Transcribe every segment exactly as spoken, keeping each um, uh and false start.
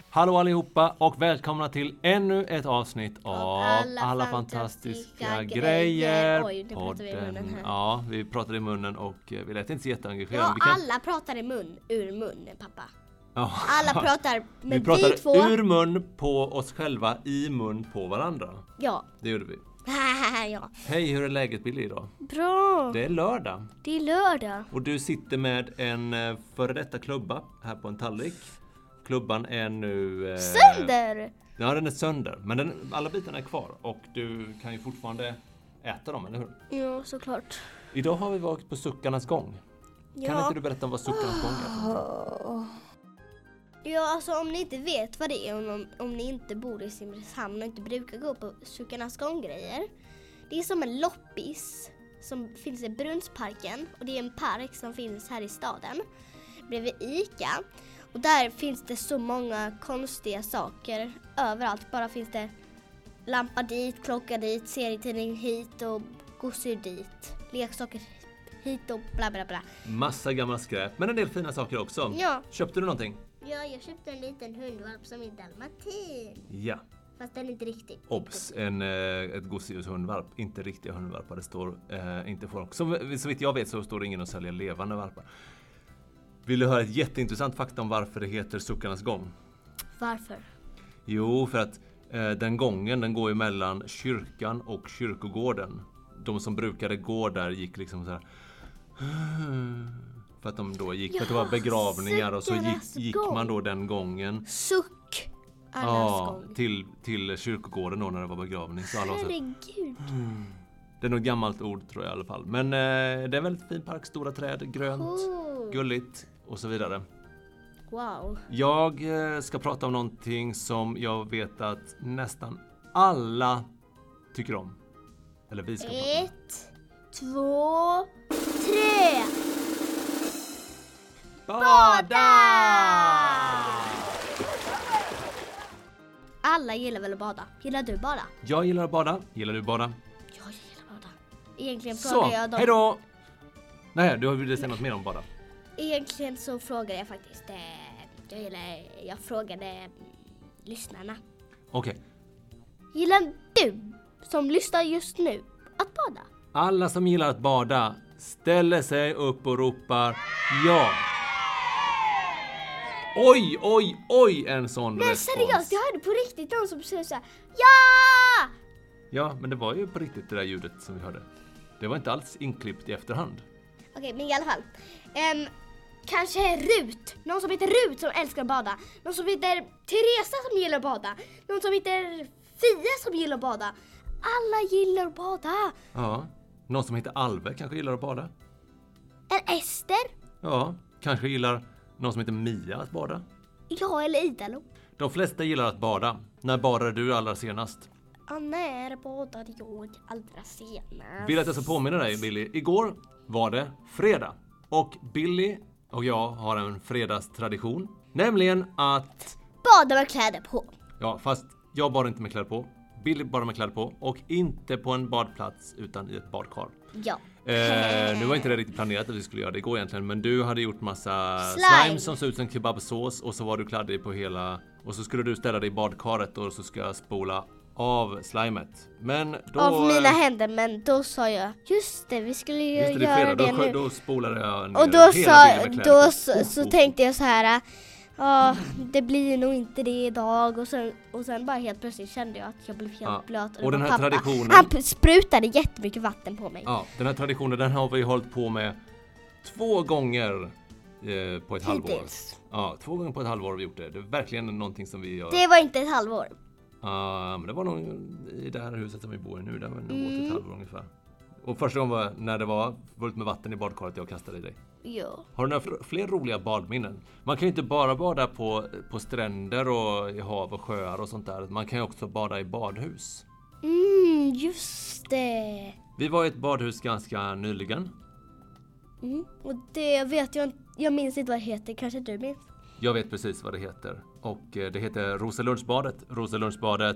Hallå allihopa och välkomna till ännu ett avsnitt av alla, alla fantastiska, fantastiska grejer. grejer. Oj, nu pratar vi i munnen här. Ja, vi pratade i munnen och vi lät inte så jätteengagerade. Ja, vi kan... alla pratar i mun, ur munnen, pappa. Ja. Alla pratar, men vi pratade vi två... ur mun på oss själva, i mun på varandra. Ja. Det gjorde vi. ja. Hej, hur är läget Billy idag? Bra. Det är lördag. Det är lördag. Och du sitter med en eh, före detta klubba här på en tallrik. Klubban är nu... Eh, Sönder! Ja, den är sönder. Men den, alla bitarna är kvar. Och du kan ju fortfarande äta dem, eller hur? Ja, såklart. Idag har vi varit på Suckarnas gång. Ja. Kan inte du berätta om vad Suckarnas gång är? Ja, alltså om ni inte vet vad det är, om, om ni inte bor i Simrishamn och inte brukar gå på Suckarnas gång-grejer. Det är som en loppis som finns i Brunnsparken. Och det är en park som finns här i staden. Bredvid Ica. Och där finns det så många konstiga saker. Överallt bara finns det lampa dit, klocka dit, serietidning hit och gosedjur dit. Leksaker hit och bla bla bla. Massa gamla skräp, men en del fina saker också. Ja. Köpte du någonting? Ja, jag köpte en liten hundvalp som är dalmatin. Ja. Fast den är inte riktigt. Obs, en, eh, ett gosedjurshundvalp. Inte riktiga hundvalpar. Det står eh, inte folk. Som, så vitt jag vet så står det ingen och säljer levande valpar. Vill du höra ett jätteintressant fakta om varför det heter Suckarnas gång? Varför? Jo, för att eh, den gången den går ju mellan kyrkan och kyrkogården. De som brukade gå där gick liksom så här. För att de då gick, för att det var begravningar och så gick, gick man då den gången. Suck! Allas Ja, gång. till, till kyrkogården då när det var begravning. Så alla var så, Herregud. det är nog ett gammalt ord tror jag i alla fall. Men eh, det är en väldigt fin park, stora träd, grönt, Cool. gulligt och så vidare. Wow. Jag eh, ska prata om någonting som jag vet att nästan alla tycker om. Eller vi ska prata om. Ett, två, tre. Bada! Alla gillar väl att bada? Gillar du bada? Jag gillar att bada. Gillar du bada? Ja, jag gillar att bada. Egentligen Så, frågar jag dem. hej då! Nej, du har ju säga något mer om bada. Egentligen så frågar jag faktiskt eh, jag, gillar, jag frågade mm, lyssnarna. Okej. Gillar du som lyssnar just nu att bada? Alla som gillar att bada ställer sig upp och ropar ja. Oj, oj, oj, en sån Men respons. seriöst, jag hörde på riktigt någon som säger så här: ja! Ja, men det var ju på riktigt det där ljudet som vi hörde. Det var inte alls inklippt i efterhand. Okej, men i alla fall. Um, kanske Rut. Någon som heter Rut som älskar att bada. Någon som heter Teresa som gillar att bada. Någon som heter Fia som gillar att bada. Alla gillar att bada. Ja, någon som heter Alve kanske gillar att bada. En Ester. Ja, kanske gillar någon som heter Mia att bada. Ja, eller Idalo. De flesta gillar att bada. När badade du allra senast? Ja, när badade jag allra senast? Vill att jag ska påminna dig, Billy. Igår var det fredag. Och Billy och jag har en fredagstradition. Nämligen att... Bada med kläder på. Ja, fast jag badar inte med kläder på. Billy badar med kläder på. Och inte på en badplats utan i ett badkar. Ja. Eh, nu var inte det riktigt planerat att vi skulle göra det igår egentligen. Men du hade gjort massa Slime. slime som såg ut som kebabsås. Och så var du kladdig på hela... Och så skulle du ställa dig i badkaret och så ska jag spola av slimet. Men då... Av mina händer, men då sa jag just det, vi skulle ju Just det, det är göra fredag. det Då, nu. då spolade jag ner Och då hela sa, bilden med kläder då på. så, så tänkte jag så här, ja, det blir nog inte det idag. Och sen, och sen bara helt plötsligt kände jag att jag blev helt Ja. blöt. Och det den var här pappa. traditionen- Han p- sprutade jättemycket vatten på mig. Ja, den här traditionen den har vi hållit på med två gånger eh, på ett halvår. Hittills. Ja, två gånger på ett halvår har vi gjort det. Det är verkligen någonting som vi gör. Det var inte ett halvår. Ja, men det var nog i det här huset som vi bor i nu. Det var nog Mm. gått ett halvår ungefär. Och första gången var när det var fullt med vatten i badkaret jag kastade i dig. Ja. Har du några fl- fler roliga badminnen? Man kan ju inte bara bada på, på stränder och i hav och sjöar och sånt där. Man kan ju också bada i badhus. Mm, just det. Vi var i ett badhus ganska nyligen. Mm. Och det vet jag inte. Jag minns inte vad det heter. Kanske du minns? Jag vet precis vad det heter. Och eh, det heter Roselundsbadet. Roselundsbadet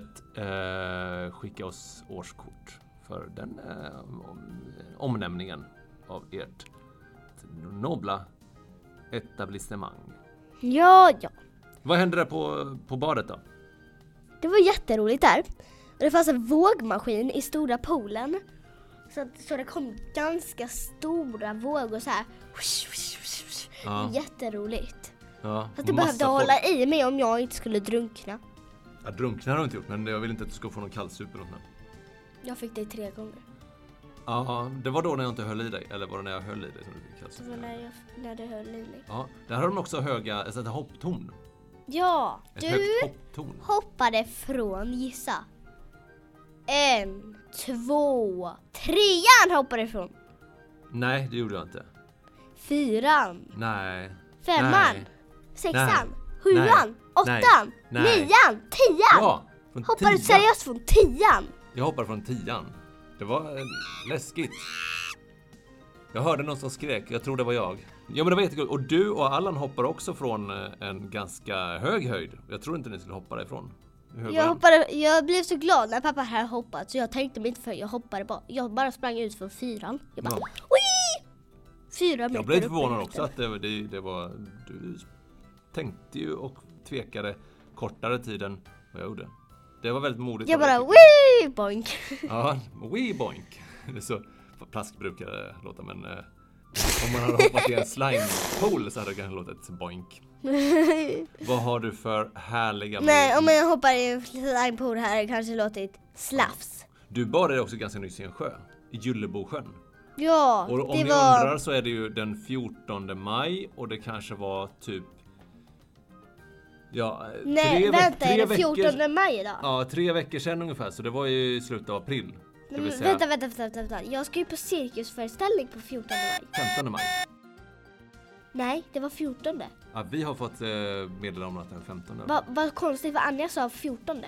eh, skickar oss årskort för den eh, om, omnämningen av ert nobla etablissemang. Ja, ja. Vad hände där på, på badet då? Det var jätteroligt där. Och det fanns en vågmaskin i stora poolen. Så, att, så det kom ganska stora vågor så här. Ja. Jätteroligt. Ja, Att du massa behövde folk. hålla i mig om jag inte skulle drunkna. Jag drunknar har jag inte gjort, men jag vill inte att du ska få någon kallsup eller något. Jag fick det tre gånger. Ja, det var då när jag inte höll i dig. Eller var det när jag höll i dig som du fick Så kallsup? var när, jag, när du höll i mig. Ja, där har de också höga, alltså ett hopptorn. Ja, Ett du högt hopptorn. hoppade från, gissa. En, två, trean hoppade ifrån. Nej, det gjorde jag inte. Fyran, Nej. femman, Nej. sexan, Nej. sjuan, Nej. åttan, Nej. nian, tian. Ja, från Hoppade du tian. seriöst från tian? Jag hoppade från tian. Det var eh, läskigt. Jag hörde någon som skrek, jag tror det var jag. Ja, men det var jättekul. Och du och Allan hoppar också från eh, en ganska hög höjd. Jag tror inte ni skulle hoppa därifrån. Hur hög var Jag, den? hoppade, jag blev så glad när pappa här hoppat så jag tänkte mig inte för jag hoppade bara. Jag bara sprang ut från fyran. Jag bara, Ja. oj! Fyra meter Jag blev lite upp i förvånad luften. också att det, det, det var... Du tänkte ju och tvekade kortare tid än vad jag gjorde. Det var väldigt modigt. Jag av dig, bara, tycker jag. wii boink. Ja, wee boink. Det är så plask brukar det låta, men eh, om man hade hoppat i en slime-pool så hade det kanske låtit boink. Vad har du för härliga... Nej, om jag hoppar i en slimepool här det kanske låtit slafs. Du badade också ganska nyss i en sjö, i Gyllebosjön. Ja, Och om det ni var... undrar så är det ju den fjortonde maj och det kanske var typ... Ja, Nej, tre veck- vänta, tre är det veckor- fjortonde maj idag? Ja, tre veckor sedan ungefär, så det var ju i slutet av april. Det vill Men, säga vänta, vänta, vänta, vänta. Jag ska ju på cirkusföreställning på fjortonde maj. femtonde maj. Nej, det var fjortonde. Ja, vi har fått eh, meddelande om att den femtonde. Vad va konstigt, för Anja sa fjortonde.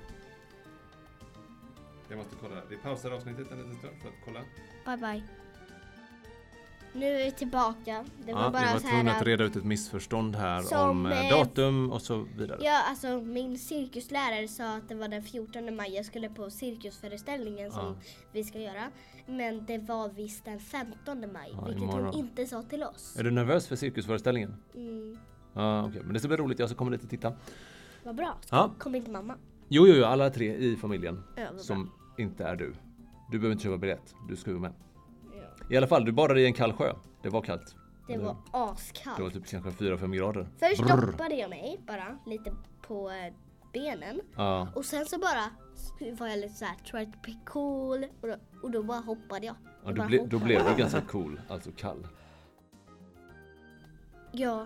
Jag måste kolla. Vi pausar avsnittet en liten stund för att kolla. Bye bye. Nu är vi tillbaka. Det var Ja, bara vi var så tvungna här... att reda ut ett missförstånd här Som, om eh, eh, datum och så vidare. Ja, alltså min cirkuslärare sa att det var den fjortonde maj jag skulle på cirkusföreställningen som Ja. vi ska göra. Men det var visst den femtonde maj, Ja, vilket imorgon. hon inte sa till oss. Är du nervös för cirkusföreställningen? Mm, Ja, okej. Men det ska bli roligt. Jag ska komma dit och titta. vad bra. Ja. Kom inte mamma? Jo, jo, jo. Alla tre i familjen Ja, vad som inte är du. Du behöver inte köpa biljett. Du ska ju med. bra. Ja. I alla fall, du badade i en kall sjö. Det var kallt. Det var askallt. Det var typ kanske fyra fem grader. Först Brr. doppade jag mig bara lite på eh, benen. Ja. Och sen så bara var jag lite såhär, try to be cool. Och då, och då bara hoppade jag. Ja, jag du bara ble, då hoppade. blev du ganska cool. Alltså kall. Ja,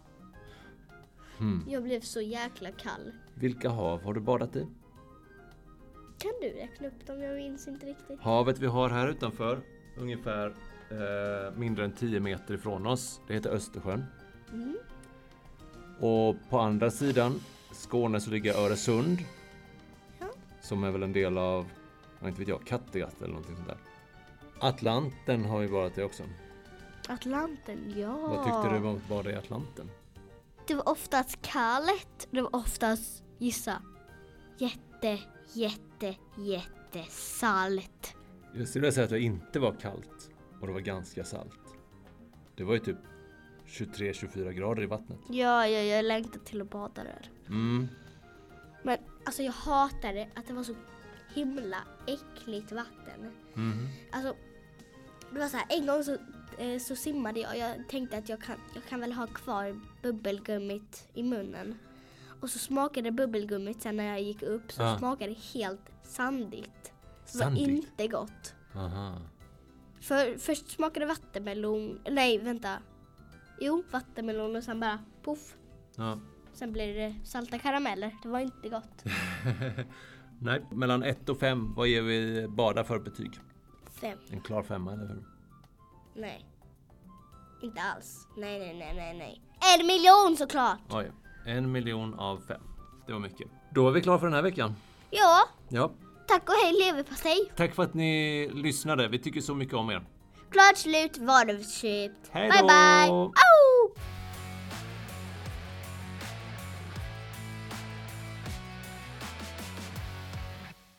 Hmm. jag blev så jäkla kall. Vilka hav har du badat i? Kan du räkna upp dem? Jag minns inte riktigt. Havet vi har här utanför, ungefär eh, mindre än tio meter ifrån oss, det heter Östersjön. Mm. Och på andra sidan Skåne så ligger Öresund. Ja. Som är väl en del av, jag inte vet jag, Kattegatt eller någonting sånt där. Atlanten har vi varit i också. Atlanten, ja. Vad tyckte du om att bada i Atlanten? Det var oftast kallt. Det var oftast, gissa, jätte, jätte, jätte salt. Jag skulle vilja säga att det inte var kallt och det var ganska salt. Det var ju typ tjugotre till tjugofyra grader i vattnet. Ja, jag, jag längtar till att bada där. Mm. Men alltså jag hatade att det var så himla äckligt vatten. Mhm. Alltså, det var så här, en gång så, eh, så simmade jag. Jag tänkte att jag kan, jag kan väl ha kvar bubbelgummit i munnen. Och så smakade bubbelgummit sen när jag gick upp så Ja. smakade det helt sandigt. Det var Sandigt? inte gott. Aha. För, först smakade vattenmelon. Nej, vänta. Jo, vattenmelon och sen bara poff. Ja. Sen blev det salta karameller. Det var inte gott. Nej, mellan ett och fem, vad ger vi bada för betyg? Fem. En klar femma, eller hur? Nej. Inte alls. Nej, nej, nej, nej, nej. En miljon såklart! Oj, en miljon av fem. Det var mycket. Då är vi klara för den här veckan. Ja, Ja, tack och hej leverpastej. tack för att ni lyssnade. Vi tycker så mycket om er. Klart slut, var det köpt. Hej Bye då! bye! Au!